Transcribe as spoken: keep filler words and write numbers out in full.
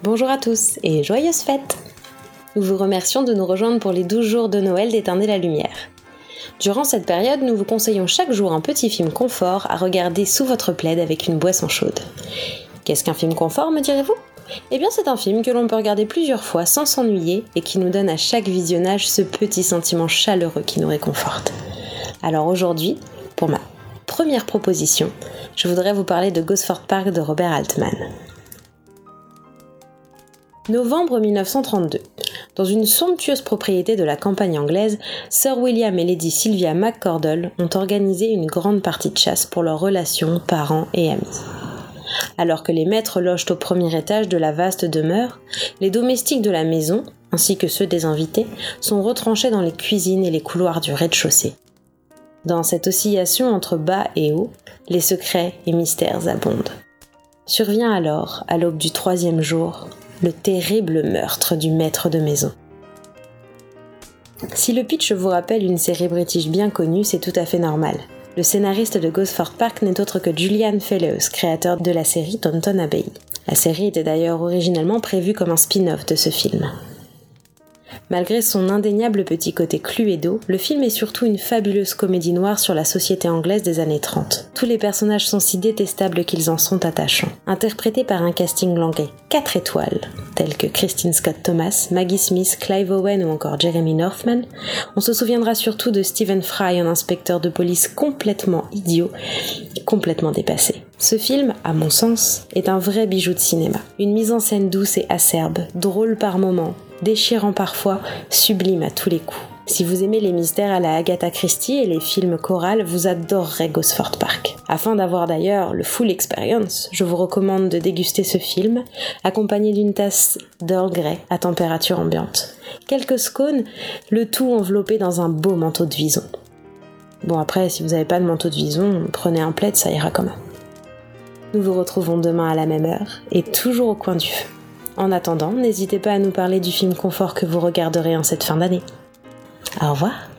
Bonjour à tous et joyeuses fêtes! Nous vous remercions de nous rejoindre pour les douze jours de Noël d'Éteindre la lumière. Durant cette période, nous vous conseillons chaque jour un petit film confort à regarder sous votre plaid avec une boisson chaude. Qu'est-ce qu'un film confort, me direz-vous ? Eh bien, c'est un film que l'on peut regarder plusieurs fois sans s'ennuyer et qui nous donne à chaque visionnage ce petit sentiment chaleureux qui nous réconforte. Alors aujourd'hui, pour ma première proposition, je voudrais vous parler de Gosford Park de Robert Altman. Novembre mille neuf cent trente-deux. Dans une somptueuse propriété de la campagne anglaise, Sir William et Lady Sylvia McCordle ont organisé une grande partie de chasse pour leurs relations, parents et amis. Alors que les maîtres logent au premier étage de la vaste demeure, les domestiques de la maison, ainsi que ceux des invités, sont retranchés dans les cuisines et les couloirs du rez-de-chaussée. Dans cette oscillation entre bas et haut, les secrets et mystères abondent. Survient alors, à l'aube du troisième jour, le terrible meurtre du maître de maison. Si le pitch vous rappelle une série british bien connue, c'est tout à fait normal. Le scénariste de Gosford Park n'est autre que Julian Fellowes, créateur de la série Downton Abbey. La série était d'ailleurs originellement prévue comme un spin-off de ce film. Malgré son indéniable petit côté cluedo, le film est surtout une fabuleuse comédie noire sur la société anglaise des années trente. Tous les personnages sont si détestables qu'ils en sont attachants. Interprétés par un casting anglais quatre étoiles, tels que Kristin Scott Thomas, Maggie Smith, Clive Owen ou encore Jeremy Northman, on se souviendra surtout de Stephen Fry, un inspecteur de police complètement idiot et complètement dépassé. Ce film, à mon sens, est un vrai bijou de cinéma. Une mise en scène douce et acerbe, drôle par moments, déchirant parfois, sublime à tous les coups. Si vous aimez les mystères à la Agatha Christie et les films chorales, vous adorerez Gosford Park. Afin d'avoir d'ailleurs le full experience, je vous recommande de déguster ce film, accompagné d'une tasse d'Earl Grey à température ambiante. Quelques scones, le tout enveloppé dans un beau manteau de vison. Bon après, si vous n'avez pas de manteau de vison, prenez un plaid, ça ira quand même. Nous vous retrouvons demain à la même heure, et toujours au coin du feu. En attendant, n'hésitez pas à nous parler du film confort que vous regarderez en cette fin d'année. Au revoir.